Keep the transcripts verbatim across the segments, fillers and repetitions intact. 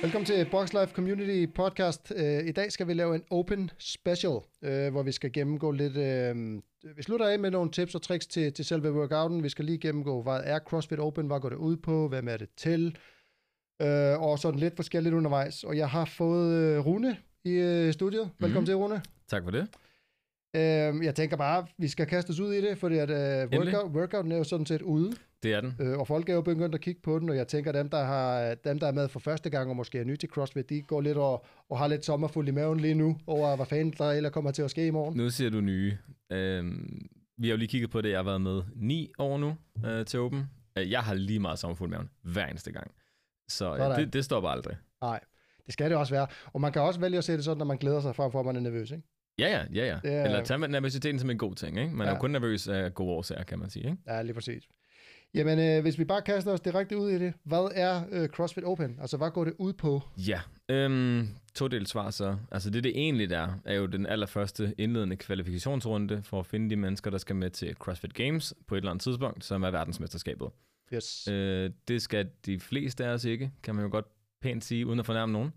Velkommen til Box Life Community Podcast. I dag skal vi lave en Open Special, hvor vi skal gennemgå lidt... Vi slutter af med nogle tips og tricks til, til selve workouten. Vi skal lige gennemgå, hvad er CrossFit Open, hvad går det ud på, hvem er det til, og sådan lidt forskelligt undervejs. Og jeg har fået Rune i studiet. Velkommen mm-hmm. til, Rune. Tak for det. Jeg tænker bare, vi skal kaste os ud i det, fordi at workout, workouten er jo sådan set ude. Det er den. Og folk er jo begyndt at kigge på den, og jeg tænker, dem der, har, dem, der er med for første gang, og måske er nye til CrossFit, de går lidt og, og har lidt sommerfuld i maven lige nu, over hvad fanden der eller kommer til at ske i morgen. Nu siger du nye. Øhm, vi har jo lige kigget på det, jeg har været med ni år nu øh, til Open. Jeg har lige meget sommerfuld i maven, hver eneste gang. Så øh, det, det stopper aldrig. Nej, det skal det også være. Og man kan også vælge at se det sådan, når man glæder sig frem for, at man er nervøs, ikke? Ja, ja, ja, ja. Er... Eller tage nervøsiteten som en god ting, ikke? Man ja. er jo kun nervøs af gode årsager, kan man sige, ikke? Ja, lige præcis. Jamen, øh, hvis vi bare kaster os direkte ud i det, hvad er øh, CrossFit Open? Altså, hvad går det ud på? Ja, øhm, to-delt svar så. Altså, det det egentlig er, er jo den allerførste indledende kvalifikationsrunde for at finde de mennesker, der skal med til CrossFit Games på et eller andet tidspunkt, som er verdensmesterskabet. Yes. Øh, det skal de fleste af os ikke, kan man jo godt pænt sige, uden at fornærme nogen.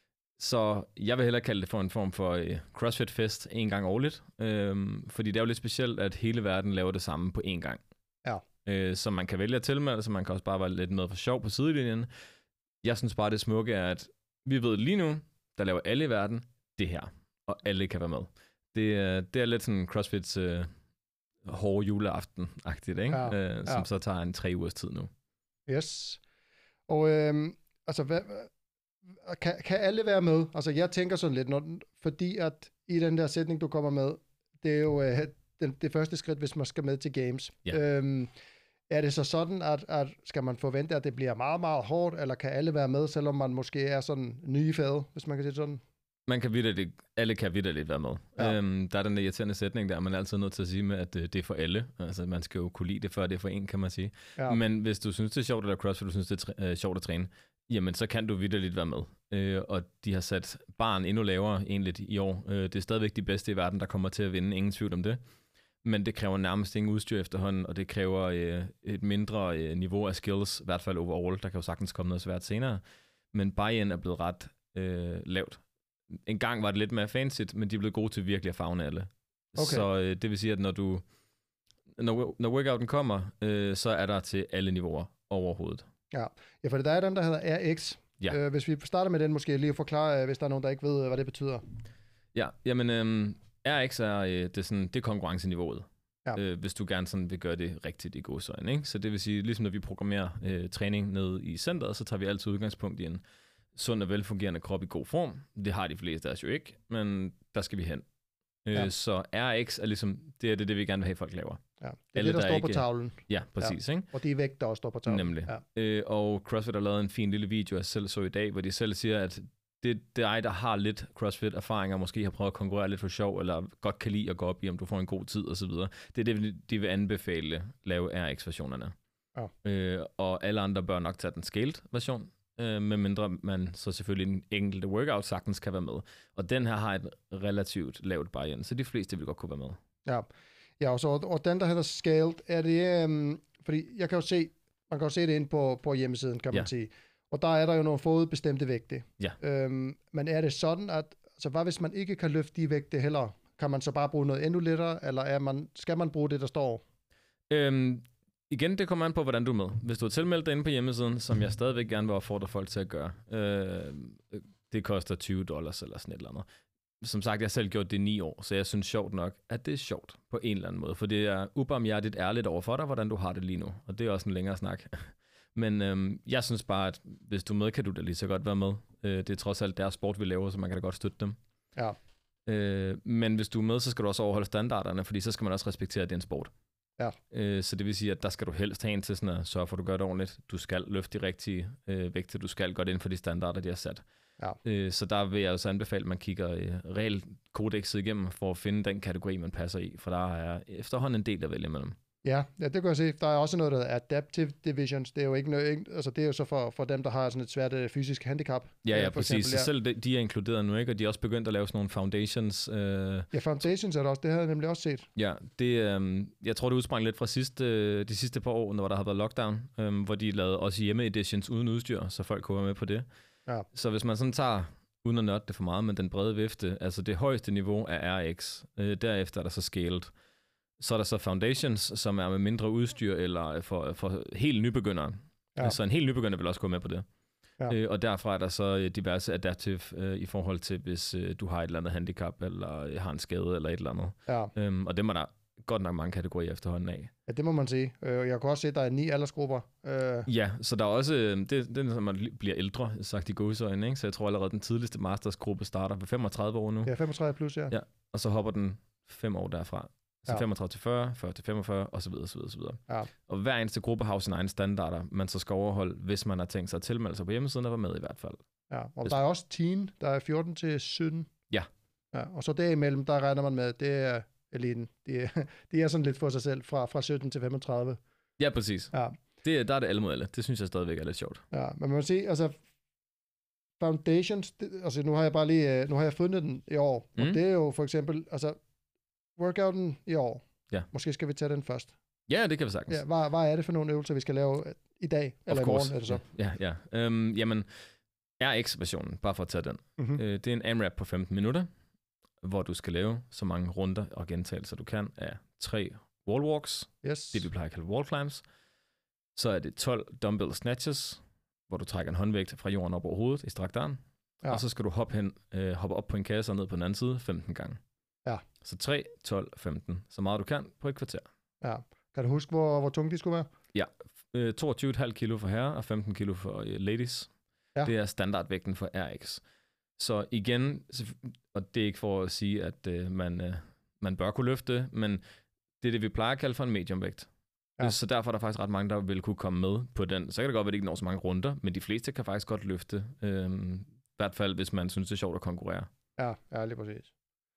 Så jeg vil hellere kalde det for en form for uh, CrossFit-fest en gang årligt, øhm, fordi det er jo lidt specielt, at hele verden laver det samme på én gang. Ja. Øh, så man kan vælge at tilmelde, så man kan også bare være lidt med for sjov på sidelinjen. Jeg synes bare, det smukke er, at vi ved lige nu, der laver alle i verden det her, og alle kan være med. Det, det er lidt sådan CrossFits uh, hårde juleaften-agtigt, ikke? Ja, øh, som ja. så tager en tre ugers tid nu. Yes. Og øhm, altså, hvad... Kan, kan alle være med? Altså, jeg tænker sådan lidt, når, fordi at i den der sætning, du kommer med, det er jo øh, den, det første skridt, hvis man skal med til games. Ja. Øhm, er det så sådan, at, at skal man forvente, at det bliver meget, meget hårdt, eller kan alle være med, selvom man måske er sådan ny i faget, hvis man kan sige sådan? Man kan vitterligt, alle kan vitterligt være med. Ja. Øhm, der er den der irriterende sætning der, man er altid nødt til at sige med, at det er for alle. Altså, man skal jo kunne lide det, før det er for en, kan man sige. Ja. Men hvis du synes, det er sjovt at lave CrossFit, du synes, det er øh, sjovt at træne, jamen så kan du vitterligt være med. Øh, og de har sat barren endnu lavere egentlig i år. Øh, det er stadigvæk de bedste i verden, der kommer til at vinde, ingen tvivl om det. Men det kræver nærmest ingen udstyr efterhånden, og det kræver øh, et mindre øh, niveau af skills, i hvert fald overall. Der kan jo sagtens komme noget svært senere. Men buy-in er blevet ret øh, lavt. En gang var det lidt mere fancy, men de er blevet gode til virkelig at favne alle. Okay. Så øh, det vil sige, at når du når, når workouten kommer, øh, så er der til alle niveauer overhovedet. Ja, ja, for der er den, der hedder R X. Ja. Øh, hvis vi starter med den, måske lige at forklare, hvis der er nogen, der ikke ved, hvad det betyder. Ja, jamen øh, R X er, øh, det er, sådan, det er konkurrenceniveauet. Ja. Øh, hvis du gerne sådan vil gøre det rigtigt i godsøjne, ikke? Så det vil sige, ligesom når vi programmerer øh, træning ned i centret, så tager vi altid udgangspunkt i en sund og velfungerende krop i god form. Det har de fleste af os jo ikke, men der skal vi hen. Ja. Øh, så R X er ligesom, det er det, det vi gerne vil have, folk laver. Ja. Det er Alle, det, der, der står ikke... på tavlen. Ja, præcis. Ja. Ikke? Og det er vægt, der også står på tavlen. Nemlig. Ja. Øh, og CrossFit har lavet en fin lille video, jeg selv så i dag, hvor de selv siger, at det, det er ej, der har lidt CrossFit-erfaringer, måske har prøvet at konkurrere lidt for sjov, eller godt kan lide at gå op i, om du får en god tid osv. Det er det, de vil anbefale, lave R X-versionerne. Ja. Øh, og alle andre bør nok tage den scaled version, øh, medmindre man så selvfølgelig en enkelte workout sagtens kan være med. Og den her har et relativt lavt buy-in, så de fleste vil godt kunne være med. Ja, ja og, så, og den, der hedder scaled, er det, øhm, fordi jeg kan jo se, man kan jo se det ind på, på hjemmesiden, kan man ja. sige. Og der er der jo nogle forudbestemte vægte. Ja. Øhm, men er det sådan, at altså, hvad hvis man ikke kan løfte de vægte heller? Kan man så bare bruge noget endnu lettere, eller er man, skal man bruge det, der står? Øhm, igen, det kommer an på, hvordan du er med. Hvis du er tilmeldt dig inde på hjemmesiden, som jeg stadigvæk gerne vil opfordre folk til at gøre, øh, det koster tyve dollars eller sådan et eller andet. Som sagt, jeg har selv gjort det i ni år, så jeg synes sjovt nok, at det er sjovt på en eller anden måde. For det er ubarmhjertigt ærligt over for dig, hvordan du har det lige nu. Og det er også en længere snak. Men øhm, jeg synes bare, at hvis du er med, kan du da lige så godt være med. Øh, det er trods alt deres sport, vi laver, så man kan da godt støtte dem. Ja. Øh, men hvis du er med, så skal du også overholde standarderne, fordi så skal man også respektere, at det er en sport. Ja. Øh, så det vil sige, at der skal du helst have en til sådan at sørge for, at du gør det ordentligt. Du skal løfte de rigtige øh, vægte, du skal godt inden for de standarder, de har sat. Ja. Øh, så der vil jeg også anbefale, at man kigger øh, regelkodekset igennem, for at finde den kategori, man passer i, for der er efterhånden en del at vælge imellem. Ja, ja, det kan jeg se. Der er også noget, der er adaptive divisions. Det er jo ikke noget, ikke, altså det er jo så for, for dem, der har sådan et svært uh, fysisk handicap. Ja, ja, præcis. Eksempel, ja. Så selv de, de er inkluderet nu, ikke? Og de er også begyndt at lave sådan nogle foundations. Øh... Ja, foundations er der også. Det havde jeg nemlig også set. Ja, det, øh, jeg tror, det udsprang lidt fra sidste, de sidste par år, når der har været lockdown, øh, hvor de lavede også hjemme editions uden udstyr, så folk kunne være med på det. Ja. Så hvis man sådan tager, uden at nørde det for meget, men den brede vifte, altså det højeste niveau er R X. Øh, derefter er der så scaled. Så er der så Foundations, som er med mindre udstyr, eller for, for helt nybegyndere. Ja. Så en helt nybegynder vil også gå med på det. Ja. Øh, og derfra er der så diverse adaptive øh, i forhold til, hvis øh, du har et eller andet handicap, eller har en skade, eller et eller andet. Ja. Øhm, og det må der godt nok mange kategorier efterhånden af. Ja, det må man sige. Jeg kan også se, at der er ni aldersgrupper. Øh. Ja, så der er også, det, det er, når man bliver ældre, sagt i gåseøjne, ikke? Så jeg tror allerede, den tidligste mastersgruppe starter ved femogtredive år nu. Ja, femogtredive plus, ja. Ja, og så hopper den fem år derfra. Så ja. femogtredive til fyrre, fyrre til femogfyrre, og så videre, så videre, så videre. Ja. Og hver eneste gruppe har sine egne standarder, man så skal overholde, hvis man har tænkt sig at tilmelde sig på hjemmesiden og være med i hvert fald. Ja, og hvis... der er også teen, der er fjorten til sytten. Ja. Ja. Og så derimellem, der regner man med, det er eliten. Det er, det er sådan lidt for sig selv, fra, fra sytten til femogtredive. Ja, præcis. Ja. Det, der er det alle mod alle. Det synes jeg stadigvæk er lidt sjovt. Ja, men man må sige, altså, Foundations, det, altså nu har jeg bare lige, nu har jeg fundet den i år, mm. og det er jo for eksempel, altså, workouten i år. Ja. Måske skal vi tage den først. Ja, det kan vi sagtens. Ja, hvad, hvad er det for nogle øvelser, vi skal lave i dag, eller i morgen, er det så? Ja, ja. ja. Um, jamen, R X-versionen, bare for at tage den. Mm-hmm. Uh, det er en AMRAP på femten minutter, hvor du skal lave så mange runder og gentagelser, du kan, af tre wall walks, yes. det vi plejer at kalde wall climbs. Så er det tolv dumbbell snatches, hvor du trækker en håndvægt fra jorden op over hovedet i strakt arm. Ja. Og så skal du hoppe, hen, øh, hoppe op på en kasse og ned på den anden side femten gange. Ja. Så tre, tolv, femten. Så meget du kan på et kvarter. Ja. Kan du huske, hvor, hvor tunge de skulle være? Ja. Øh, toogtyve komma fem kilo for herrer og femten kilo for øh, ladies. Ja. Det er standardvægten for R X. Så igen, og det er ikke for at sige, at øh, man, øh, man bør kunne løfte, men det er det, vi plejer at kalde for en mediumvægt. Ja. Så derfor er der faktisk ret mange, der vil kunne komme med på den. Så kan det godt være, at det ikke når så mange runder, men de fleste kan faktisk godt løfte. Øh, I hvert fald, hvis man synes, det er sjovt at konkurrere. Ja, ja, lige præcis.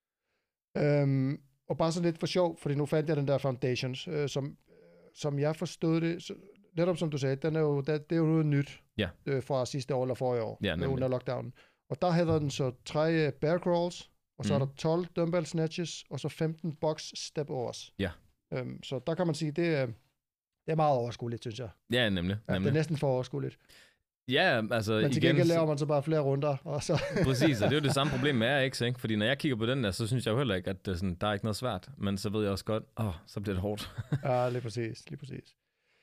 Øhm, og bare sådan lidt for sjov, fordi nu fandt jeg den der Foundations, øh, som, som jeg forstod det, så, netop som du sagde, den er jo, det, det er jo noget nyt ja. øh, fra sidste år eller forrige år, ja, øh, under lockdownen. Og der hedder den så tre bear crawls, og så mm. er der tolv dumbbell snatches, og så femten box step overs. Ja. Øhm, så der kan man sige, det er, det er meget overskueligt, synes jeg. Ja, nemlig. Ja, nemlig. det er næsten for overskueligt. Ja, altså men til igen... gengæld laver man så bare flere runder, og så... Præcis, og det er jo det samme problem med R X, ikke? Fordi når jeg kigger på den der, så synes jeg jo heller ikke, at det er sådan, der er ikke noget svært. Men så ved jeg også godt, åh, så bliver det hårdt. Ja, lige præcis, lige præcis.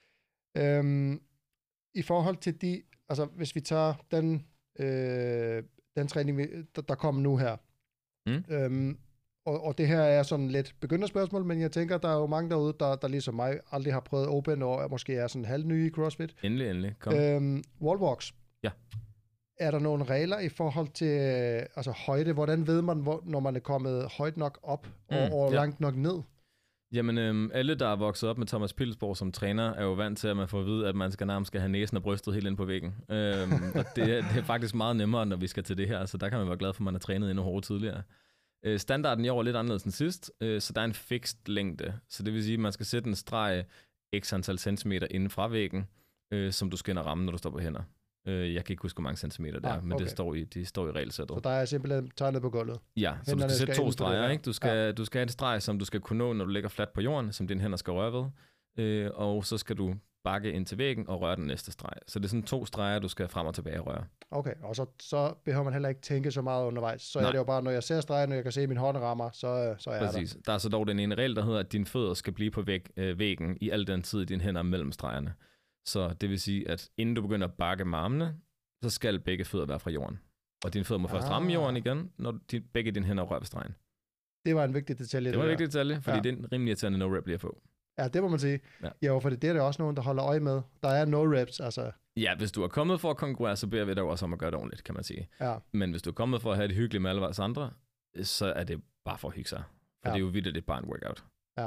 Øhm, I forhold til de... Altså, hvis vi tager den, øh, den træning, der, der kommer nu her. Mm. Øhm, og, og det her er sådan lidt begynderspørgsmål, men jeg tænker, der er jo mange derude, der, der ligesom mig aldrig har prøvet open, og måske er sådan halv nye i CrossFit. Endelig, endelig. Kom. Øhm, wallwalks. Ja. Er der nogle regler i forhold til altså højde? Hvordan ved man, hvor, når man er kommet højt nok op, og, mm, og ja. langt nok ned? Jamen, øhm, alle, der er vokset op med Thomas Pilsborg som træner, er jo vant til, at man får at vide, at man skal nærmest skal have næsen og brystet helt ind på væggen. Øhm, og det, det er faktisk meget nemmere, når vi skal til det her, så der kan man være glad for, at man har trænet endnu hårdere tidligere. Øh, standarden i år er lidt anderledes end sidst, øh, så der er en fixed længde. Så det vil sige, at man skal sætte en streg x antal centimeter inden fra væggen, øh, som du skal ind og ramme, når du står på hænder. Øh, jeg kan ikke huske, hvor mange centimeter det er, ah, men okay. det står i, de står i regelsættet. Så der er simpelthen tegnet på gulvet? Ja, så hænderne du skal sætte skal to streger. Ikke? Du, skal, ja. du skal have en streg, som du skal kunne nå, når du ligger fladt på jorden, som dine hænder skal røre ved. Øh, og så skal du bakke ind til væggen og røre den næste streg. Så det er sådan to streger, du skal frem og tilbage røre. Okay, og så, så behøver man heller ikke tænke så meget undervejs. Så Nej. er det jo bare, når jeg ser stregen, når jeg kan se, at min hånd rammer, så, så er jeg Præcis. Der. Der er så dog den ene regel, der hedder, at dine fødder skal blive på væg, øh, væggen i al den tid, dine hænder mellem stregerne. Så det vil sige, at inden du begynder at bakke med armene, så skal begge fødder være fra jorden. Og dine fødder må ah. først ramme jorden igen, når de, begge dine hænder rører ved stregen. Det var en vigtig detalje. Det var en vigtig detalje, fordi ja. det er en rimelig irriterende no-rep lige at få. Ja, det må man sige. Ja, ja for det er der også nogen, der holder øje med. Der er no-reps, altså. Ja, hvis du er kommet for at konkurrere, så beder vi dig også om at gøre det ordentligt, kan man sige. Ja. Men hvis du er kommet for at have det hyggeligt med alle vores andre, så er det bare for at hygge sig. For ja. det er jo vildt, det er bare en workout. Ja.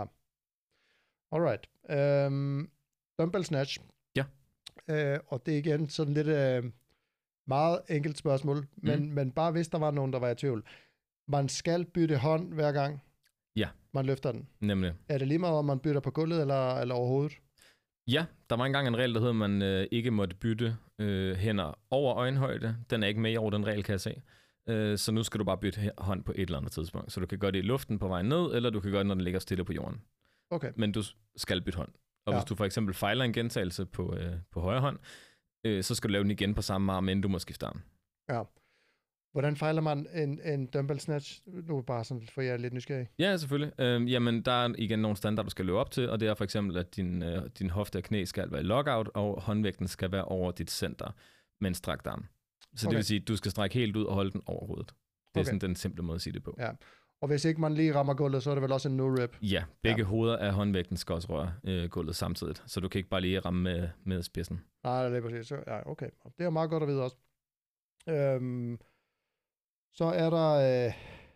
Alright. Um, dumbbell snatch. Ja. Uh, og det er igen sådan lidt uh, meget enkelt spørgsmål, men, mm. men bare hvis der var nogen, der var i tvivl. Man skal bytte hånd hver gang. Ja. Man løfter den. Nemlig. Er det lige meget, om man bytter på gulvet eller, eller overhovedet? Ja, der var engang en regel, der hed, at man øh, ikke måtte bytte øh, hænder over øjenhøjde. Den er ikke med over den regel, kan jeg se. Øh, så nu skal du bare bytte hånd på et eller andet tidspunkt. Så du kan gøre det i luften på vej ned, eller du kan gøre det, når den ligger stille på jorden. Okay. Men du skal bytte hånd. Og ja. hvis du for eksempel fejler en gentagelse på, øh, på højre hånd, øh, så skal du lave den igen på samme arm, inden du må skifte arm. Ja. Hvordan fejler man en, en dumbbell snatch? Nu er bare sådan, for jeg er lidt nysgerrig. Ja, selvfølgelig. Øhm, jamen, der er igen nogle standarder, du skal løbe op til, og det er for eksempel, at din, øh, din hofte og knæ skal være i lockout, og håndvægten skal være over dit center med en strakt arm. Så okay. Det vil sige, at du skal strække helt ud og holde den over hovedet. Det er okay. Sådan den simple måde at sige det på. Ja. Og hvis ikke man lige rammer gulvet, så er det vel også en no-rep? Ja, begge ja. hoveder af håndvægten skal også røre øh, gulvet samtidig, så du kan ikke bare lige ramme med, med spidsen. Nej, det er præcis. Så, ja, okay. Det er meget godt at vide også. Øhm, så er der øh,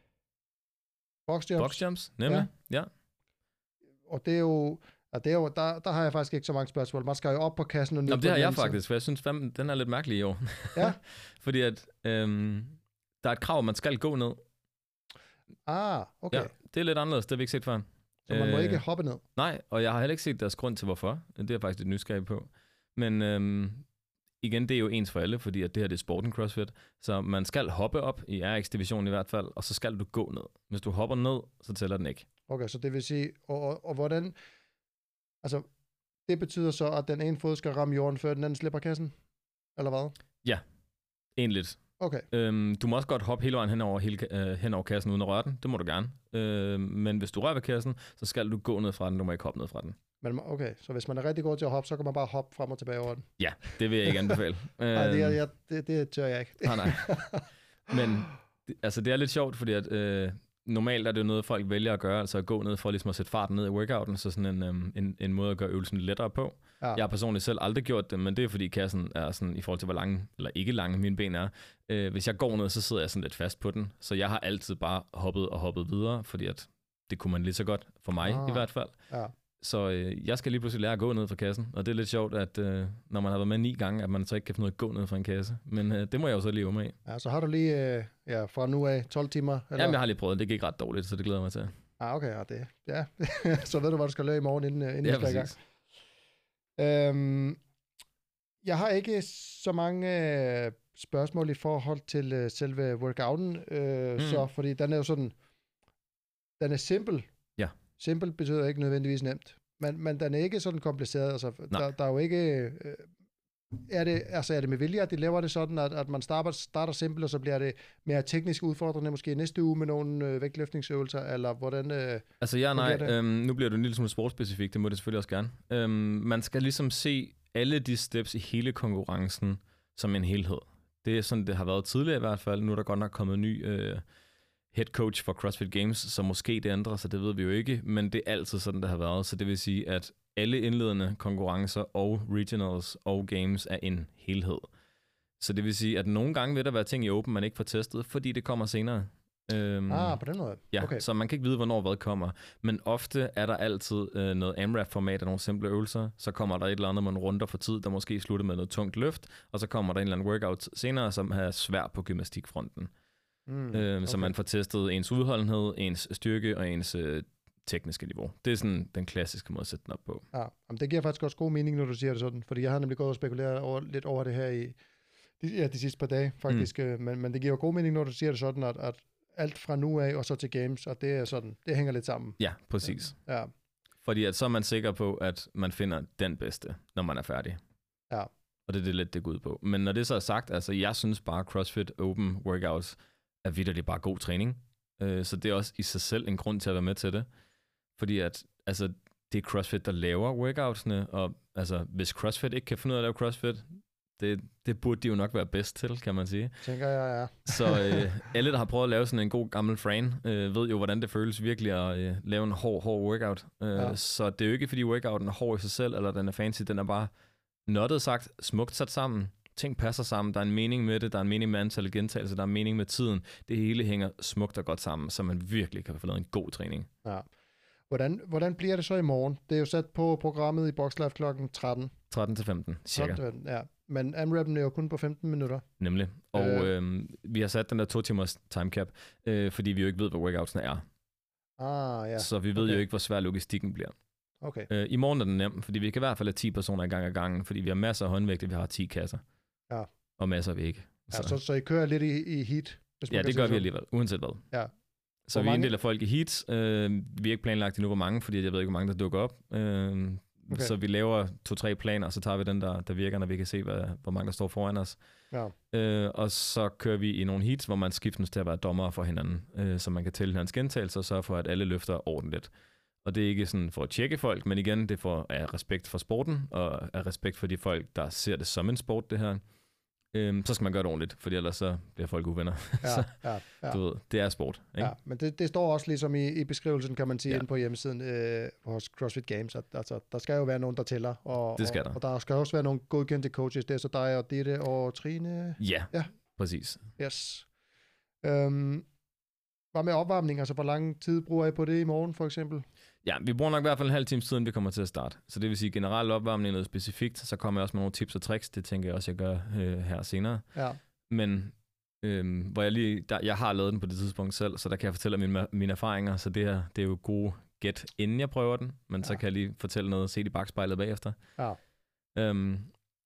box jumps. Box jumps, nemlig, ja. ja. Og det er jo... Og det er jo, der, der har jeg faktisk ikke så mange spørgsmål. Man skal jo op på kassen og ned. Nå, det har jeg faktisk, for jeg synes, den er lidt mærkelig i år. Ja. Fordi at øhm, der er et krav, man skal gå ned. Ah, okay. Ja, det er lidt anderledes, det har vi ikke set før. Så man må øh, ikke hoppe ned? Nej, og jeg har heller ikke set deres grund til, hvorfor. Det er jeg faktisk lidt nysgerrig på. Men øhm, igen, det er jo ens for alle, fordi at det her det er sporten CrossFit. Så man skal hoppe op i R X-divisionen i hvert fald, og så skal du gå ned. Hvis du hopper ned, så tæller den ikke. Okay, så det vil sige, og, og, og hvordan... Altså, det betyder så, at den ene fod skal ramme jorden, før den anden slipper kassen? Eller hvad? Ja, egentlig. Okay. Øhm, du må også godt hoppe hele vejen hen over, hele, øh, hen over kassen uden at røre den. Det må du gerne. Øhm, men hvis du rører ved kassen, så skal du gå ned fra den. Du må ikke hoppe ned fra den. Men okay, så hvis man er rigtig god til at hoppe, så kan man bare hoppe frem og tilbage over den? Ja, det vil jeg ikke anbefale. Nej, det, er, jeg, det, det tør jeg ikke. nej, nej. Men det, altså, det er lidt sjovt, fordi at... Øh, normalt er det jo noget, folk vælger at gøre, altså at gå ned for ligesom at sætte farten ned i workouten, så sådan en, um, en, en måde at gøre øvelsen lettere på. Ja. Jeg har personligt selv aldrig gjort det, men det er fordi kassen er sådan, i forhold til hvor lange, eller ikke lange mine ben er. Øh, hvis jeg går ned, så sidder jeg sådan lidt fast på den, så jeg har altid bare hoppet og hoppet videre, fordi at det kunne man lige så godt, for mig ah. i hvert fald. Ja. Så øh, jeg skal lige pludselig lære at gå ned fra kassen, og det er lidt sjovt, at øh, når man har været med ni gange, at man så ikke kan finde ud af at gå ned fra en kasse. Men øh, det må jeg jo så lige med. Ja, så har du lige øh, ja, fra nu af tolv timer? Eller? Jamen, jeg har lige prøvet, det gik ret dårligt, så det glæder mig til. Ah, okay, ja, det, ja. Så ved du, hvad du skal lave i morgen, inden, inden ja, du skal i gang. Øhm, jeg har ikke så mange øh, spørgsmål i forhold til øh, selve workouten, øh, mm. så, fordi den er jo sådan, den er simpel. Ja. Simpel betyder ikke nødvendigvis nemt. Men, men den er ikke sådan kompliceret. Altså, der, der er jo ikke... Øh, er, det, altså, er det med vilje, at de laver det sådan, at, at man starter, starter simpelt, og så bliver det mere teknisk udfordrende, måske næste uge med nogle øh, vægtløftningsøvelser, eller hvordan... Øh, altså ja, nej. Øhm, nu bliver det en lille smule sportsspecifikt, det må det selvfølgelig også gerne. Øhm, man skal ligesom se alle de steps i hele konkurrencen som en helhed. Det er sådan, det har været tidligere i hvert fald. Nu er der godt nok kommet en ny... Øh, head coach for CrossFit Games, så måske det ændrer sig, det ved vi jo ikke, men det er altid sådan, det har været. Så det vil sige, at alle indledende konkurrencer og regionals og games er en helhed. Så det vil sige, at nogle gange vil der være ting i Open, man ikke får testet, fordi det kommer senere. Øhm, ah, på den måde. Ja, okay. Så man kan ikke vide, hvornår hvad kommer. Men ofte er der altid øh, noget AMRAP-format af nogle simple øvelser. Så kommer der et eller andet, man runder for tid, der måske slutter med noget tungt løft, og så kommer der en eller anden workout senere, som er svær på gymnastikfronten. Mm, øh, okay. Så man får testet ens udholdenhed, ens styrke og ens øh, tekniske niveau. Det er sådan den klassiske måde at sætte den op på. Ja, jamen det giver faktisk også god mening, når du siger det sådan, fordi jeg har nemlig gået og spekuleret over, lidt over det her i de, ja, de sidste par dage, faktisk. Mm. Men, men det giver god mening, når du siger det sådan, at, at alt fra nu af og så til games, og det er sådan, det hænger lidt sammen. Ja, præcis. Ja. Fordi at så er man sikker på, at man finder den bedste, når man er færdig. Ja. Og det er det lidt, det går ud på. Men når det så er sagt, altså jeg synes bare, CrossFit Open Workouts er vitterligt bare god træning. Øh, så det er også i sig selv en grund til at være med til det. Fordi at, altså, det er CrossFit, der laver workoutsene, og altså, hvis CrossFit ikke kan finde ud af at lave CrossFit, det, det burde de jo nok være bedst til, kan man sige. Tænker jeg, ja. Så øh, alle, der har prøvet at lave sådan en god gammel Fran, øh, ved jo, hvordan det føles virkelig at øh, lave en hård, hård workout. Øh, ja. Så det er jo ikke, fordi workouten er hård i sig selv, eller den er fancy, den er bare nuttet sagt, smukt sat sammen. Ting passer sammen, der er en mening med det, der er en mening med antallet gentagelser, der er en mening med tiden. Det hele hænger smukt og godt sammen, så man virkelig kan få lavet en god træning. Ja. Hvordan, hvordan bliver det så i morgen? Det er jo sat på programmet i Boxlife klokken tretten. tretten til femten, cirka. tretten, ja. Men AMRAP'en er jo kun på femten minutter. Nemlig. Og øh. Øh, vi har sat den der to timers timecap, øh, fordi vi jo ikke ved, hvad workoutsene er. Ah, ja. Så vi ved okay. jo ikke, hvor svær logistikken bliver. Okay. Øh, I morgen er den nem, fordi vi kan i hvert fald have ti personer i gang ad gangen, fordi vi har masser af håndvægte, vi har ti kasser. Ja. Og masser af vægge. Så. Ja, så, så I kører lidt i, i heat? Hvis ja, det gør vi alligevel, uanset hvad. Ja. Så vi inddeler folk i heats. Øh, vi har ikke planlagt endnu, hvor mange, fordi jeg ved ikke, hvor mange, der dukker op. Øh, Okay. Så vi laver to-tre planer, og så tager vi den, der, der virker, når vi kan se, hvad, hvor mange der står foran os. Ja. Øh, og så kører vi i nogle heats, hvor man skiftes til at være dommer for hinanden, øh, så man kan tælle hinandens gentagelser og sørge for, at alle løfter ordentligt. Og det er ikke sådan for at tjekke folk, men igen, det er for af respekt for sporten, og af respekt for de folk, der ser det som en sport, det her. Øhm, så skal man gøre det ordentligt, fordi ellers så bliver folk uvenner. Ja, så, ja, ja. Du ved, det er sport. Ikke? Ja, men det, det står også ligesom i, i beskrivelsen, kan man sige, ja. inde på hjemmesiden øh, hos CrossFit Games, at altså, der skal jo være nogen, der tæller. Og, det skal og, der. Og der skal også være nogle godkendte coaches. Det er så dig og Ditte og Trine. Ja, ja. Præcis. Yes. Øhm, hvad med opvarmning? Altså, hvor lang tid bruger I på det i morgen, for eksempel? Ja, vi bruger nok i hvert fald en halv times tid, inden vi kommer til at starte. Så det vil sige generelt opvarmning noget specifikt. Så kommer jeg også med nogle tips og tricks. Det tænker jeg også, jeg gør øh, her senere. Ja. Men øh, hvor jeg lige, der, jeg har lavet den på det tidspunkt selv, så der kan jeg fortælle mine, mine erfaringer. Så det her, det er jo gode gæt, inden jeg prøver den. Men ja. Så kan jeg lige fortælle noget, se det i bagspejlet bagefter. Ja. Øhm,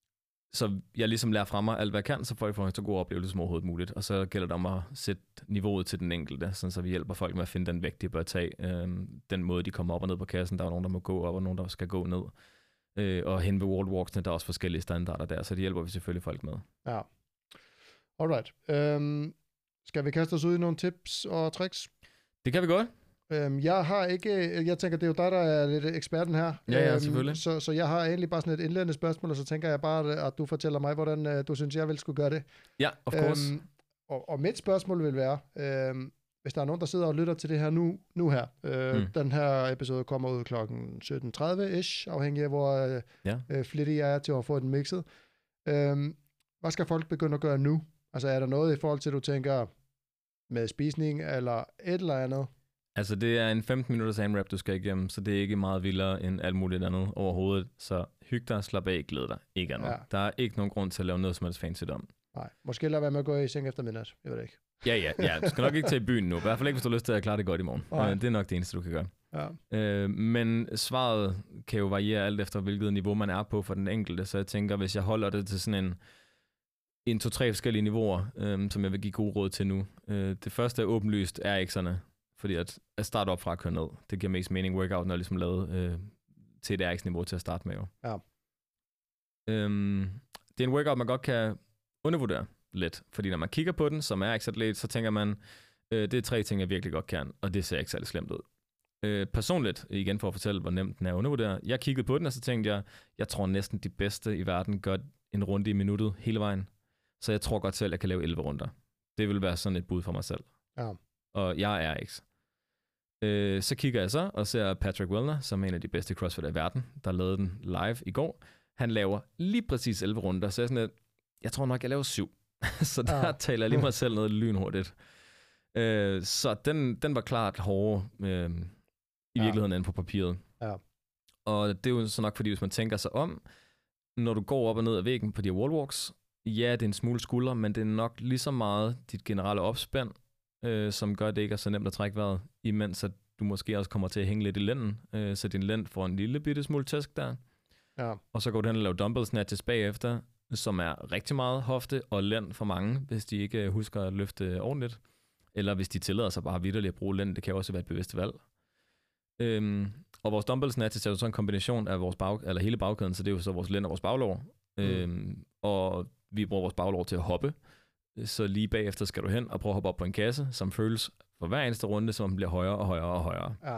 så jeg ligesom lærer fra mig alt, hvad jeg kan, så folk får en så god oplevelse som overhovedet muligt. Og så gælder det om at sætte niveauet til den enkelte, sådan så vi hjælper folk med at finde den vægt, de bør tage. Øhm, den måde, de kommer op og ned på kassen. Der er nogen, der må gå op, og nogen, der skal gå ned. Øh, og hen ved wallwalksene, der er også forskellige standarder der, så det hjælper vi selvfølgelig folk med. Ja. Alright. Øhm, skal vi kaste os ud i nogle tips og tricks? Det kan vi godt. Øhm, jeg har ikke, jeg tænker, det er jo dig, der er lidt eksperten her. Ja, ja, selvfølgelig. Øhm, så, så jeg har egentlig bare sådan et indledende spørgsmål, og så tænker jeg bare, at du fortæller mig, hvordan uh, du synes, jeg vil skulle gøre det. Ja, of course. Øhm, og, og mit spørgsmål vil være, øhm, hvis der er nogen, der sidder og lytter til det her nu, nu her. Øh, mm. Den her episode kommer ud klokken sytten tredive-ish, afhængig af, hvor øh, ja. øh, flittig jeg er til at få den mixet. Øhm, hvad skal folk begynde at gøre nu? Altså, er der noget i forhold til, at du tænker med spisning eller et eller andet? Altså, det er en femten minutters AMRAP, du skal igennem, så det er ikke meget vildere end alt muligt andet overhovedet. Så hyg dig, slap af, glæd dig. Ikke andet. Ja. Der er ikke nogen grund til at lave noget som helst fancy om. Nej, måske lade være med at gå i seng efter midnat. Jeg ved det ikke. Ja, ja, ja. Du skal nok ikke tage i byen nu. I hvert fald ikke, hvis du har lyst til at klare det godt i morgen. Nej. Det er nok det eneste, du kan gøre. Ja. Øh, men svaret kan jo variere alt efter, hvilket niveau man er på for den enkelte. Så jeg tænker, hvis jeg holder det til sådan en en, to, tre forskellige niveauer, øh, som jeg vil give gode råd til nu. Øh, det første er åbenlyst er ikke sådan, fordi at, at starte op fra at køre ned, det giver mest mening workout, når jeg ligesom lavet øh, til et R X-niveau til at starte med. Jo. Ja. Øhm, det er en workout, man godt kan undervurdere lidt, fordi når man kigger på den som R X-atlet, så tænker man, øh, det er tre ting, jeg virkelig godt kan, og det ser ikke særlig slemt ud. Øh, personligt, igen for at fortælle, hvor nemt den er at undervurdere, jeg kiggede på den, og så tænkte jeg, jeg tror næsten de bedste i verden gør en runde i minuttet hele vejen. Så jeg tror godt selv, at jeg kan lave elleve runder. Det vil være sådan et bud for mig selv. Ja. Og jeg er R X. Øh, så kigger jeg så og ser Patrick Wellner, som er en af de bedste crossfitter i verden, der lavede den live i går. Han laver lige præcis elleve runder, så jeg, sådan, at jeg tror nok, jeg laver syv. Så der ja. taler jeg lige mig selv noget lynhurtigt. Øh, så den, den var klart hårdere øh, i ja. virkeligheden end på papiret. Ja. Og det er jo så nok, fordi hvis man tænker sig om, når du går op og ned ad væggen på de her wallwalks, ja, det er en smule skulder, men det er nok lige så meget dit generelle opspænd, øh, som gør det ikke er så nemt at trække vejret, imens at du måske også kommer til at hænge lidt i lænden, øh, så din lænd får en lille bitte smule tæsk der. Ja. Og så går du hen og laver dumbbell snatches bagefter, som er rigtig meget hofte og lænd for mange, hvis de ikke husker at løfte ordentligt. Eller hvis de tillader sig bare vitterligt at bruge lænd, det kan også være et bevidst valg. Øhm, og vores dumbbell snatches er jo så en kombination af vores bag, eller hele bagkæden, så det er jo så vores lænd og vores baglår. Mm. Øhm, og vi bruger vores baglår til at hoppe. Så lige bagefter skal du hen og prøve at hoppe op på en kasse, som føles for hver eneste runde, som bliver højere og højere og højere. Ja.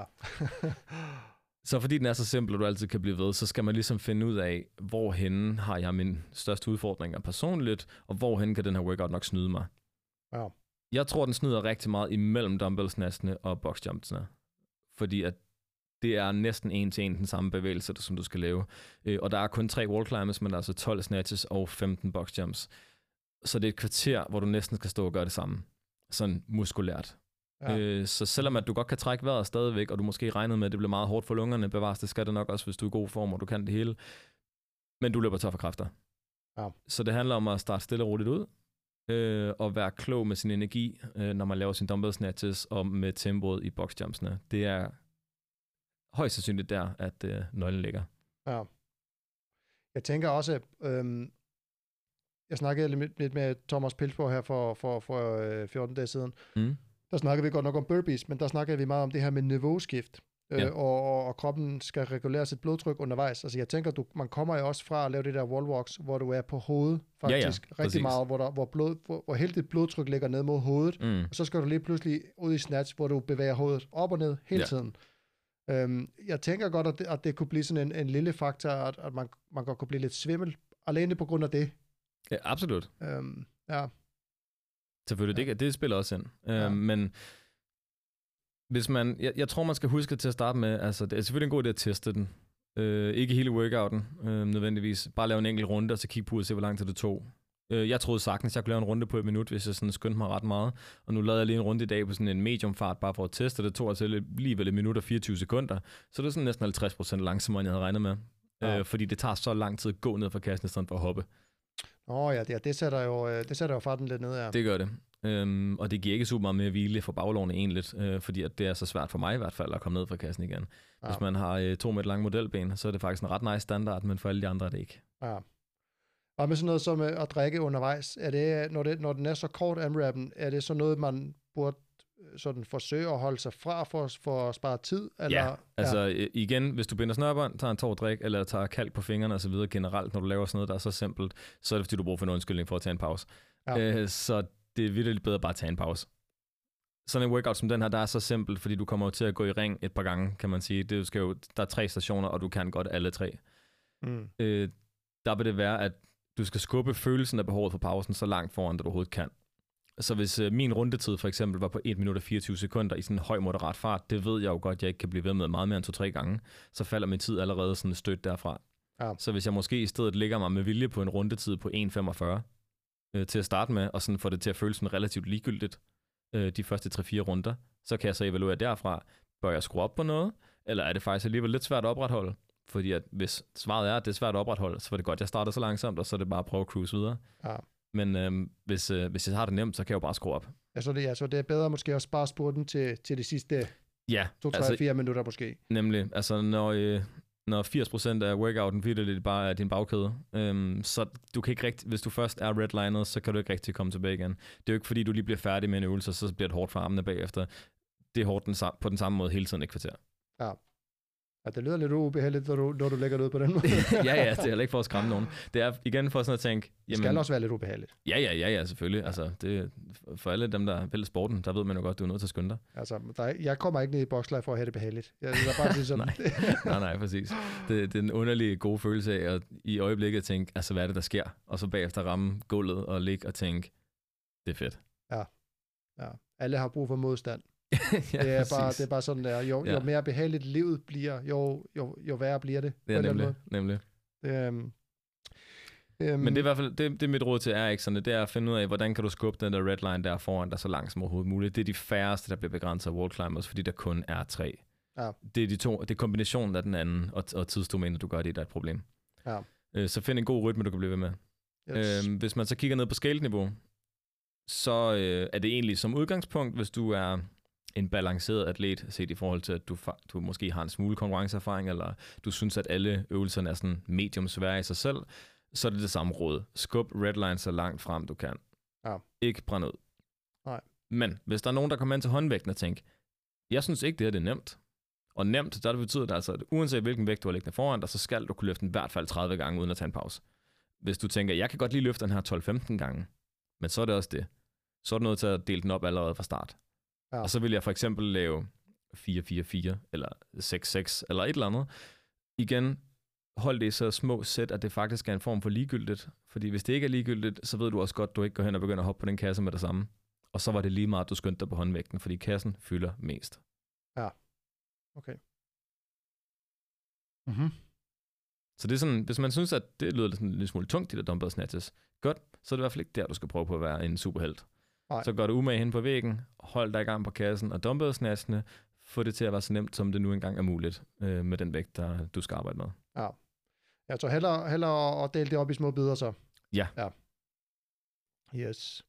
Så fordi den er så simpel, og du altid kan blive ved, så skal man ligesom finde ud af, hvorhenne har jeg min største udfordringer personligt, og hvorhenne kan den her workout nok snyde mig. Ja. Jeg tror, den snyder rigtig meget imellem dumbbellsnatsene og boxjumpsene. Fordi at det er næsten en til en den samme bevægelse, som du skal lave. Og der er kun tre wall climbers, men der er altså tolv snatches og femten boxjumps. Så det er et kvarter, hvor du næsten skal stå og gøre det samme. Sådan muskulært. Ja. Så selvom at du godt kan trække vejret stadigvæk, og du måske regnede med, at det bliver meget hårdt for lungerne, bevares, det skal det nok også, hvis du er i god form, og du kan det hele. Men du løber tør for kræfter. Ja. Så det handler om at starte stille og roligt ud, øh, og være klog med sin energi, øh, når man laver sin dumbbell snatches, og med tempoet i boxjumpsene. Det er højst sandsynligt der, at øh, nøglen ligger. Ja. Jeg tænker også, øhm, jeg snakkede lidt, lidt med Thomas Pilsborg her for, for, for øh, fjorten dage siden. Mm. Der snakkede vi godt nok om burpees, men der snakkede vi meget om det her med niveauskift. øh, ja. og, og kroppen skal regulere sit blodtryk undervejs. Altså jeg tænker, du, man kommer jo også fra at lave det der wall walks, hvor du er på hovedet faktisk ja, ja, rigtig meget, hvor, der, hvor, blod, hvor, hvor hele dit blodtryk ligger ned mod hovedet, mm. og så skal du lige pludselig ud i snatch, hvor du bevæger hovedet op og ned hele ja. tiden. Øhm, jeg tænker godt, at det, at det kunne blive sådan en, en lille faktor, at, at man, man godt kunne blive lidt svimmel, alene på grund af det. Ja, absolut. Øhm, ja. Selvfølgelig, ja. det, det spiller også ind. Øhm, ja. Men hvis man, jeg, jeg tror, man skal huske til at starte med, altså det er selvfølgelig en god idé at teste den. Øh, ikke hele workouten øh, nødvendigvis. Bare lave en enkelt runde, og så kigge på og se, hvor lang tid det tog. Øh, jeg troede sagtens, jeg kunne lave en runde på et minut, hvis jeg sådan skyndte mig ret meget. Og nu lavede jeg lige en runde i dag på sådan en mediumfart, bare for at teste. Det tog altså alligevel et minut og fireogtyve sekunder. Så det er sådan næsten halvtreds procent langsommere, end jeg havde regnet med. Ja. Øh, fordi det tager så lang tid at gå ned fra kassen, i stedet for at hoppe. Åh oh, ja, det, det, sætter jo, det sætter jo farten lidt ned, ja. Det gør det. Øhm, og det giver ikke super meget mere hvile for baglårene egentlig, øh, fordi at det er så svært for mig i hvert fald at komme ned fra kassen igen. Ja. Hvis man har øh, to meter lange modelben, så er det faktisk en ret nice standard, men for alle de andre er det ikke. Ja. Og med sådan noget som at drikke undervejs, er det, når, det, når den er så kort AMRAP'en, er det så noget, man burde sådan forsøge at holde sig fra for, for at spare tid? Eller? Ja, altså ja. igen, hvis du binder snørbånd, tager en tår drik, eller tager kalk på fingrene og så videre generelt, når du laver sådan noget, der er så simpelt, så er det fordi, du bruger for en undskyldning for at tage en pause. Ja. Øh, så det er virkelig bedre bare at tage en pause. Sådan en workout som den her, der er så simpelt, fordi du kommer jo til at gå i ring et par gange, kan man sige. Det skal jo, der er tre stationer, og du kan godt alle tre. Mm. Øh, der vil det være, at du skal skubbe følelsen af behovet for pausen så langt foran, du overhovedet kan. Så hvis øh, min rundetid for eksempel var på et minut og fireogtyve sekunder i sådan en høj moderat fart, det ved jeg jo godt, jeg ikke kan blive ved med meget mere end to-tre gange, så falder min tid allerede sådan stødt derfra. Ja. Så hvis jeg måske i stedet ligger mig med vilje på en rundetid på en femogfyrre øh, til at starte med, og sådan få det til at føles sådan relativt ligegyldigt øh, de første tre-fire runder, så kan jeg så evaluere derfra, bør jeg skrue op på noget, eller er det faktisk alligevel lidt svært at opretholde? Fordi at hvis svaret er, at det er svært at opretholde, så var det godt, at jeg starter så langsomt, og så er det bare at prøve at cruise videre. Ja. Men øhm, hvis, øh, hvis jeg har det nemt, så kan jeg jo bare skrue op. Ja, så det, ja, så det er bedre måske at spare spurten til, til de sidste ja, to, tre, altså, fire minutter måske. Nemlig. Altså når, øh, når firs procent af workouten virkelig bare er din bagkæde, øhm, så du kan ikke rigtig, hvis du først er redlinet, så kan du ikke rigtig komme tilbage igen. Det er jo ikke fordi, du lige bliver færdig med en øvelse, så bliver det hårdt for armene bagefter. Det er hårdt den, på den samme måde hele tiden et kvarter. Ja. Ja, det lyder lidt ubehageligt, når du, når du lægger det ud på den måde. ja, ja, det er heller ikke for at skræmme nogen. Det er igen for sådan at tænke... Jamen, det skal også være lidt ubehageligt. Ja, ja, ja, ja selvfølgelig. Ja. Altså, det, for alle dem, der vælger sporten, der ved man jo godt, du er nødt til at skynde dig. Altså, der er, jeg kommer ikke ned i boksleje for at have det behageligt. Jeg vil bare sige sådan. nej, nej, nej, præcis. Det, det er en underlig gode følelse af at i øjeblikket tænke, altså hvad er det, der sker? Og så bagefter ramme gulvet og ligge og tænke, det er fedt. Ja, ja. Alle har brug for modstand. ja, det, er bare, det er bare sådan der. Jo, ja. jo mere behageligt livet bliver, jo, jo, jo værre bliver det. Det er nemlig. nemlig. Det, um, um, Men det er i hvert fald, det, det er mit råd til R X'erne, det er at finde ud af, hvordan kan du skubbe den der redline der foran dig så langt som overhovedet muligt. Det er de færreste, der bliver begrænset af wall climbers, fordi der kun er tre. Ja. Det er de to, det er kombinationen af den anden og, og tidsdomænet, du gør det, der er et problem. Ja. Øh, så find en god rytme, du kan blive ved med. Yes. Øh, hvis man så kigger ned på scale-niveau, så øh, er det egentlig som udgangspunkt, hvis du er en balanceret atlet, set i forhold til, at du, du måske har en smule konkurrenceerfaring, eller du synes, at alle øvelserne er sådan medium svære i sig selv, så er det det samme råd. Skub redline så langt frem, du kan. Ja. Ikke brænd ud. Nej. Men hvis der er nogen, der kommer ind til håndvægten og tænker, jeg synes ikke, det her det er nemt. Og nemt, der det betyder det altså, at uanset hvilken vægt du har liggende foran dig, så skal du kunne løfte den i hvert fald tredive gange, uden at tage en pause. Hvis du tænker, jeg kan godt lige løfte den her tolv femten gange, men så er det også det. Så er du nødt til at dele den op allerede fra start. Ja. Og så vil jeg for eksempel lave fire fire fire, eller seks seks, eller et eller andet. Igen, hold det i så små sæt, at det faktisk er en form for ligegyldigt. Fordi hvis det ikke er ligegyldigt, så ved du også godt, at du ikke går hen og begynder at hoppe på den kasse med det samme. Og så var det lige meget, at du skyndte dig på håndvægten, fordi kassen fylder mest. Ja, okay. Mhm. Så det er sådan, hvis man synes, at det lyder lidt, sådan, lidt smule tungt, de der dumbbell snatches, godt, så er det i hvert fald ikke der, du skal prøve på at være en superhelt. Nej. Så går du umage hen på væggen, hold dig i gang på kassen og dumbbell snatchene, få det til at være så nemt, som det nu engang er muligt øh, med den vægt, der du skal arbejde med. Ja. Jeg tror hellere, hellere at dele det op i små bidder så. Ja. Ja. Yes.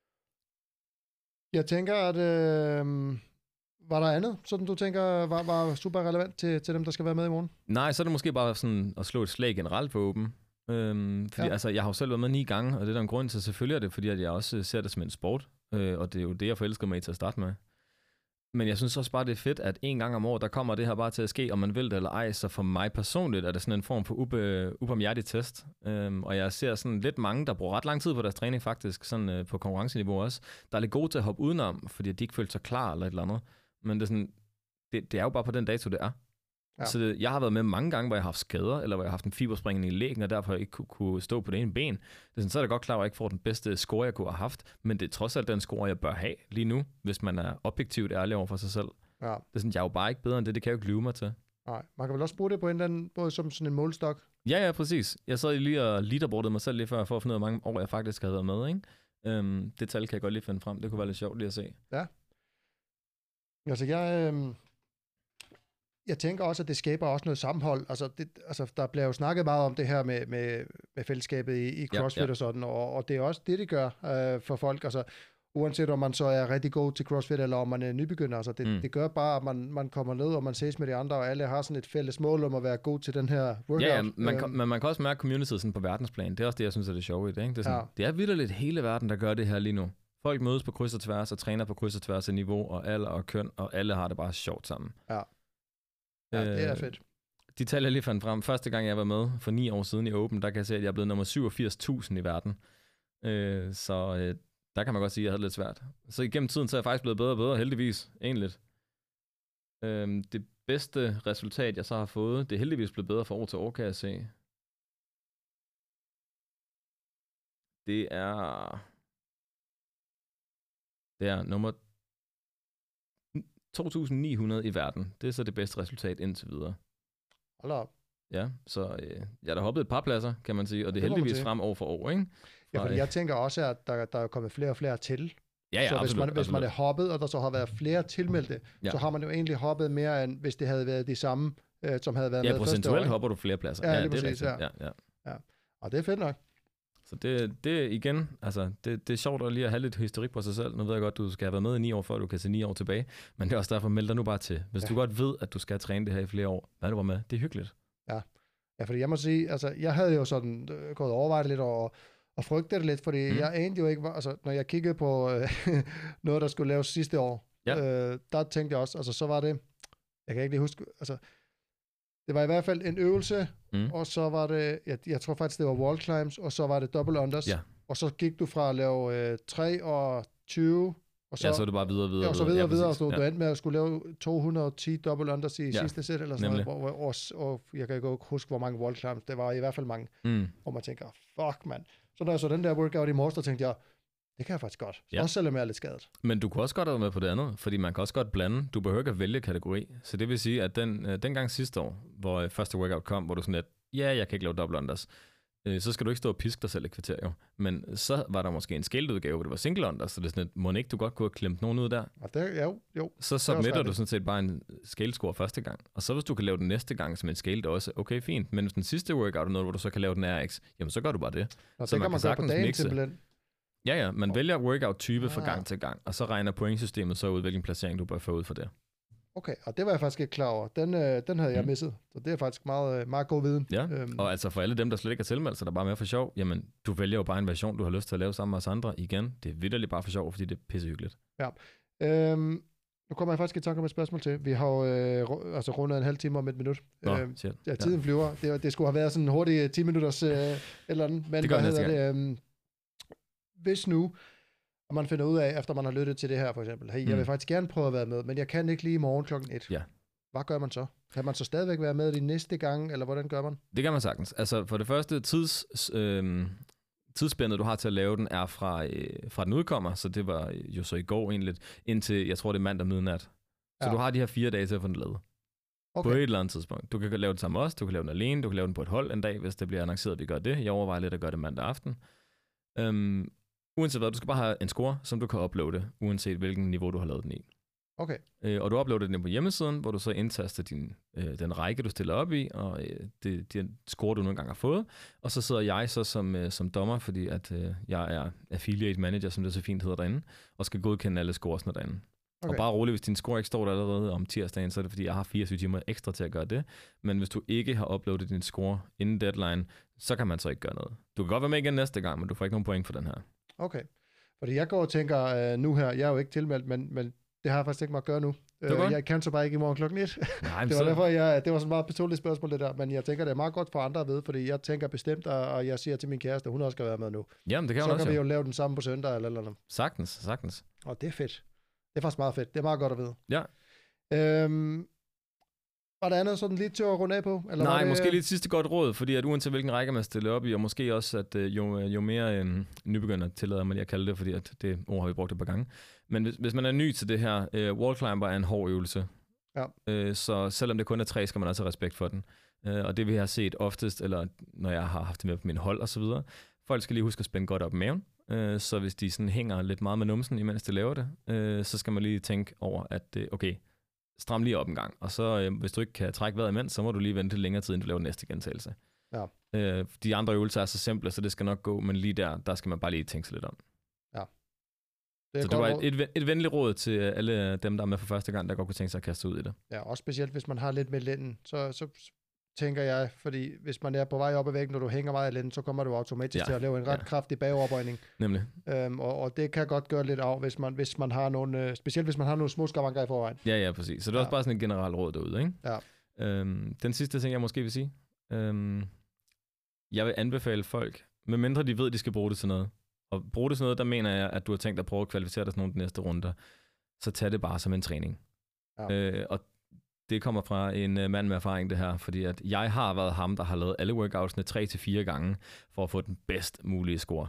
Jeg tænker, at øh, var der andet, sådan du tænker var, var super relevant til, til dem, der skal være med i morgen? Nej, så er det måske bare sådan at slå et slag generelt for åben. Øhm, fordi ja. altså, jeg har jo selv været med ni gange, og det er der en grund til, selvfølgelig er det, fordi at jeg også ser det som en sport, øh, og det er jo det, jeg forelsker mig i til at starte med. Men jeg synes også bare, det er fedt, at en gang om året, der kommer det her bare til at ske, om man vil det eller ej. Så for mig personligt er det sådan en form for ube, ubarmhjertig test. Øhm, og jeg ser sådan lidt mange, der bruger ret lang tid på deres træning faktisk, sådan øh, på konkurrenceniveau også, der er lidt gode til at hoppe udenom, fordi de ikke føler sig klar eller et eller andet. Men det er, sådan, det, det er jo bare på den dato, det er. Ja. Så det, jeg har været med mange gange, hvor jeg har haft skader, eller hvor jeg har haft en fibersprængning i lægen, og derfor ikke kunne, kunne stå på det ene ben. Det er sådan, så er det godt klar, at jeg ikke får den bedste score, jeg kunne have haft, men det er trods alt den score, jeg bør have lige nu, hvis man er objektivt ærlig over for sig selv. Ja. Det er sådan, jeg er jo bare ikke bedre end det, det kan jeg jo ikke lyve mig til. Nej, man kan vel også bruge det på en eller anden måde som sådan en målestok? Ja, ja, præcis. Jeg sad lige og leaderboardede mig selv lige før, for at finde ud af, hvor mange år jeg faktisk havde været med, ikke? Øhm, det tal kan jeg godt lige finde frem. Det kunne være lidt sjovt lige at se. Ja. Altså, jeg... Øh... Jeg tænker også, at det skaber også noget sammenhold. Altså, det, altså der bliver jo snakket meget om det her med, med, med fællesskabet i, i CrossFit ja, ja. og sådan, og, og det er også det, det gør øh, for folk. Altså, uanset om man så er rigtig god til CrossFit, eller om man er nybegynder. Altså, det, mm. det gør bare, at man, man kommer ned, og man ses med de andre, og alle har sådan et fælles mål om at være god til den her workout. Ja, ja man kan, men man kan også mærke communityet sådan på verdensplan. Det er også det, jeg synes er det sjove i det. Ikke? Det er, sådan, ja. det er vitterligt hele verden, der gør det her lige nu. Folk mødes på kryds og tværs, og træner på kryds og tværs af niveau, og alder og køn, og alle har det bare sjovt sammen. Ja. Ja, det er fedt. De tal, jeg lige fandt frem. Første gang, jeg var med for ni år siden i Open, der kan jeg se, at jeg er blevet nummer syvogfirs tusind i verden. Øh, så øh, der kan man godt sige, at jeg havde lidt svært. Så igennem tiden, så er jeg faktisk blevet bedre og bedre, heldigvis, egentlig. Øh, det bedste resultat, jeg så har fået, det er heldigvis blevet bedre fra år til år, kan jeg se. Det er... Det er nummer to tusind ni hundrede i verden. Det er så det bedste resultat indtil videre. Hold op. Ja, så øh, jeg har da hoppet et par pladser, kan man sige, og det er heldigvis frem år for år, ikke? Fra, ja, for jeg tænker også, at der, der er kommet flere og flere til. Ja, ja, så absolut, hvis man, hvis absolut. man er hoppet, og der så har været flere tilmeldte, ja. så har man jo egentlig hoppet mere, end hvis det havde været de samme, øh, som havde været ja, med første år. Ja, procentuelt hopper du flere pladser. Ja, ja det er præcis, rigtigt. ja. Ja, ja. ja. Og det er fedt nok. Så det, det igen, altså, det, det er sjovt at lige at have lidt historik på sig selv. Nu ved jeg godt, du skal have været med i ni år, før du kan se ni år tilbage. Men det er også derfor, meld dig nu bare til. Hvis ja. du godt ved, at du skal træne det her i flere år, hvad du var med, det er hyggeligt. Ja, ja, fordi jeg må sige, altså, jeg havde jo sådan øh, gået og overvejet lidt og, og frygtet det lidt, fordi mm. jeg anede jo ikke, altså, når jeg kiggede på øh, noget, der skulle laves sidste år, ja. øh, der tænkte jeg også, altså, så var det, jeg kan ikke lige huske, altså, det var i hvert fald en øvelse, mm. og så var det, jeg, jeg tror faktisk, det var wall climbs, og så var det double unders, ja. og så gik du fra at lave øh, tre og tyve, og så, ja, så er det bare videre, videre, ja, og så videre, ja, videre, og så ja. du endte med at skulle lave to hundrede og ti double unders i ja. sidste sæt, eller sådan Nemlig. noget, og, og, og jeg kan ikke huske, hvor mange wall climbs, det var i hvert fald mange, mm. hvor man tænker, fuck mand. Så når jeg så den der workout i morges, der tænkte jeg, det kan jeg faktisk godt. Ja. Også selvom jeg er lidt skadet. Men du kunne også godt have været med på det andet, fordi man kan også godt blande. Du behøver ikke at vælge kategori. Så det vil sige, at den, øh, dengang sidste år, hvor øh, første workout kom, hvor du sådan lidt, ja, jeg kan ikke lave double unders, øh, så skal du ikke stå og piske dig selv et kvarter, jo. Men så var der måske en scaled udgave, hvor det var single unders, så det er sådan lidt, må ikke du godt kunne have klemt nogen ud der? Ja, det, jo, jo. Så submitter du sådan set bare en scaled score første gang. Og så hvis du kan lave den næste gang som en scaled også, okay, fint. Men hvis den sidste workout er noget, hvor du så kan lave den R X, jamen så gør du bare det. Nå, så det man kan man gøre på dagen mixe. Simpelthen. Ja, ja, man oh. vælger workout-type ah. fra gang til gang, og så regner pointsystemet så ud, hvilken placering du bør få ud for det. Okay, og det var jeg faktisk ikke klar over. Den, øh, den havde jeg mm. misset, så det er faktisk meget, meget god viden. Ja, øhm. og altså for alle dem, der slet ikke har tilmeldt sig, der bare er med for sjov, jamen, du vælger jo bare en version, du har lyst til at lave sammen med os andre. Igen, det er vitterligt bare for sjov, fordi det er pissehyggeligt. Ja, øhm, nu kommer jeg faktisk i tanke om et spørgsmål til. Vi har jo øh, altså rundet en halv time om et minut. Nå, øhm, ja, tiden ja. flyver. Det, det skulle have været sådan en hurtig ti minutters øh, eller andet. Men det gør hvad det hedder det? Øh, hvis nu, og man finder ud af, efter man har lyttet til det her for eksempel, hey, mm. jeg vil faktisk gerne prøve at være med, men jeg kan ikke lige i morgen klokken et. Ja. Hvad gør man så? Kan man så stadigvæk være med de næste gang, eller hvordan gør man? Det kan man sagtens. Altså for det første, tids, øh, tidsspændet, du har til at lave den, er fra, øh, fra den udkommer, så det var jo så i går egentlig, indtil, jeg tror det er mandag midnat. Så ja. du har de her fire dage til at få den lavet. Okay. På et eller andet tidspunkt. Du kan lave det sammen med os, du kan lave den alene, du kan lave den på et hold en dag, hvis det bliver annonceret, at vi gør det. Jeg overvejer lidt at gøre det mandag aften. Um, uanset hvad, du skal bare have en score, som du kan uploade, uanset hvilken niveau du har lavet den i. Okay. Uh, og du uploader den på hjemmesiden, hvor du så indtaster din, uh, den række, du stiller op i, og uh, det, den score, du nogle gange har fået. Og så sidder jeg så som, uh, som dommer, fordi at, uh, jeg er affiliate manager, som det så fint hedder derinde, og skal godkende alle scoresne derinde. Okay. Og bare roligt, hvis din score ikke står der allerede om tirsdagen, så er det fordi, jeg har fireogtyve timer ekstra til at gøre det. Men hvis du ikke har uploadet din score inden deadline, så kan man så ikke gøre noget. Du kan godt være med igen næste gang, men du får ikke nogen point for den her. Okay. Fordi jeg går og tænker uh, nu her, jeg er jo ikke tilmeldt, men, men det har jeg faktisk ikke mig at gøre nu. Det var øh, jeg kan så bare ikke i morgen klokken et. Nej, det var så... derfor, jeg, det var sådan et meget personligt spørgsmål, det der. Men jeg tænker, det er meget godt for andre at vide, fordi jeg tænker bestemt, og jeg siger til min kæreste, at hun også skal være med nu. Jamen, det kan så hun kan også, vi jo ja. lave den samme på søndag eller eller andet. Sagtens, sagtens. Og det er fedt. Det er faktisk meget fedt. Det er meget godt at vide. Ja. Øhm, var der andet sådan lidt til at runde af på? Eller Nej, var det... måske lige et sidste godt råd, fordi at uanset hvilken række man stiller op i, og måske også, at øh, jo, jo mere øh, nybegynder tillader man lige at kalde det, fordi at det ord har vi brugt et par gange. Men hvis, hvis man er ny til det her, øh, wall climber er en hård øvelse. Ja. Øh, så selvom det kun er tre, skal man også have respekt for den. Øh, og det vi har set oftest, eller når jeg har haft det med på min hold og så videre, folk skal lige huske at spænde godt op i maven. Øh, så hvis de sådan hænger lidt meget med numsen, imens de laver det, øh, så skal man lige tænke over, at øh, okay, stram lige op en gang. Og så øh, hvis du ikke kan trække vejret imens, så må du lige vente længere tid, inden du laver den næste gentagelse. Ja. Øh, de andre øvelser er så simple, så det skal nok gå, men lige der, der skal man bare lige tænke sig lidt om. Ja. Det så det var et, et, et venligt råd til alle dem, der er med for første gang, der godt kunne tænke sig at kaste ud i det. Ja, også specielt hvis man har lidt med lænden, så, så tænker jeg, fordi hvis man er på vej op ad væggen, når du hænger meget i lænden, så kommer du automatisk ja. til at lave en ret ja. kraftig bagoverbøjning. Nemlig. Øhm, og, og det kan godt gøre lidt af, hvis man, hvis man har nogle, øh, specielt hvis man har nogle små skavanker i forvejen. Ja, ja, præcis. Så det er ja. også bare sådan et generelt råd derude, ikke? Ja. Øhm, den sidste ting, jeg måske vil sige, øhm, jeg vil anbefale folk, medmindre de ved, at de skal bruge det til noget, og bruge det til noget, der mener jeg, at du har tænkt dig at prøve at kvalificere dig til nogle af de næste runder, så tag det bare som en træning. Ja. Øh, og det kommer fra en uh, mand med erfaring, det her, fordi at jeg har været ham, der har lavet alle workoutsene tre til fire gange, for at få den bedst mulige score.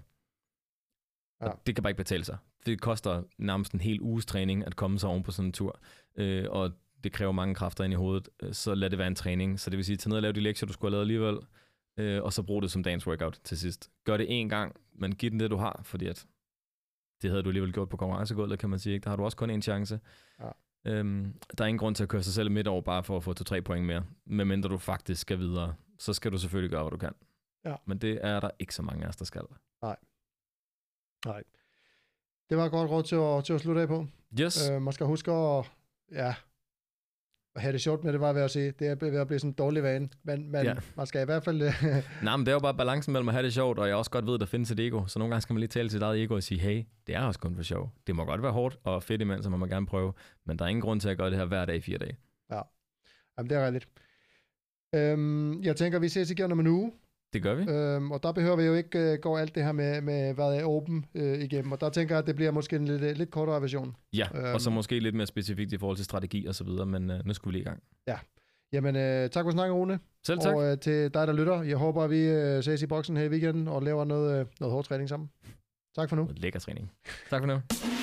Ja. Og det kan bare ikke betale sig. Det koster nærmest en hel uges træning, at komme sig oven på sådan en tur, øh, og det kræver mange kræfter ind i hovedet, så lad det være en træning. Så det vil sige, tag ned og lave de lektier, du skulle have lavet alligevel, øh, og så brug det som dagens workout til sidst. Gør det én gang, men giv den det, du har, fordi at det havde du alligevel gjort på konkurrencegulvet, kan man sige. Ikke? Der har du også kun én chance. Ja. Øhm, der er ingen grund til at køre sig selv midt over, bare for at få to-tre point mere. Medmindre du faktisk skal videre, så skal du selvfølgelig gøre, hvad du kan. Ja. Men det er der ikke så mange af os, der skal. Nej. Nej. Det var et godt råd til at, til at slutte af på. Yes. Øh, man skal huske at, ja, at have det sjovt med det, var ved at sige. Det er ved at blive sådan en dårlig vane. Men, men ja. man skal i hvert fald... Nej, men det er jo bare balancen mellem at have det sjovt, og jeg også godt ved, at der findes et ego. Så nogle gange skal man lige tale til sit eget ego og sige, hey, det er også kun for sjov. Det må godt være hårdt og fedt imens, så man må gerne prøve. Men der er ingen grund til at gøre det her hver dag i fire dage. Ja, jamen det er rigtigt. Øhm, jeg tænker, vi ses igen om en uge. Det gør vi. Øhm, og der behøver vi jo ikke uh, gå alt det her med, med hvad er åben uh, igennem. Og der tænker jeg, at det bliver måske en lidt, lidt kortere version. Ja, øhm, og så måske lidt mere specifikt i forhold til strategi og så videre, men uh, nu skal vi lige i gang. Ja, jamen uh, tak for snakken, Rune. Selv tak. Og uh, til dig, der lytter. Jeg håber, at vi uh, ses i boksen her i weekenden og laver noget, uh, noget hård træning sammen. Tak for nu. Lækker træning. Tak for nu.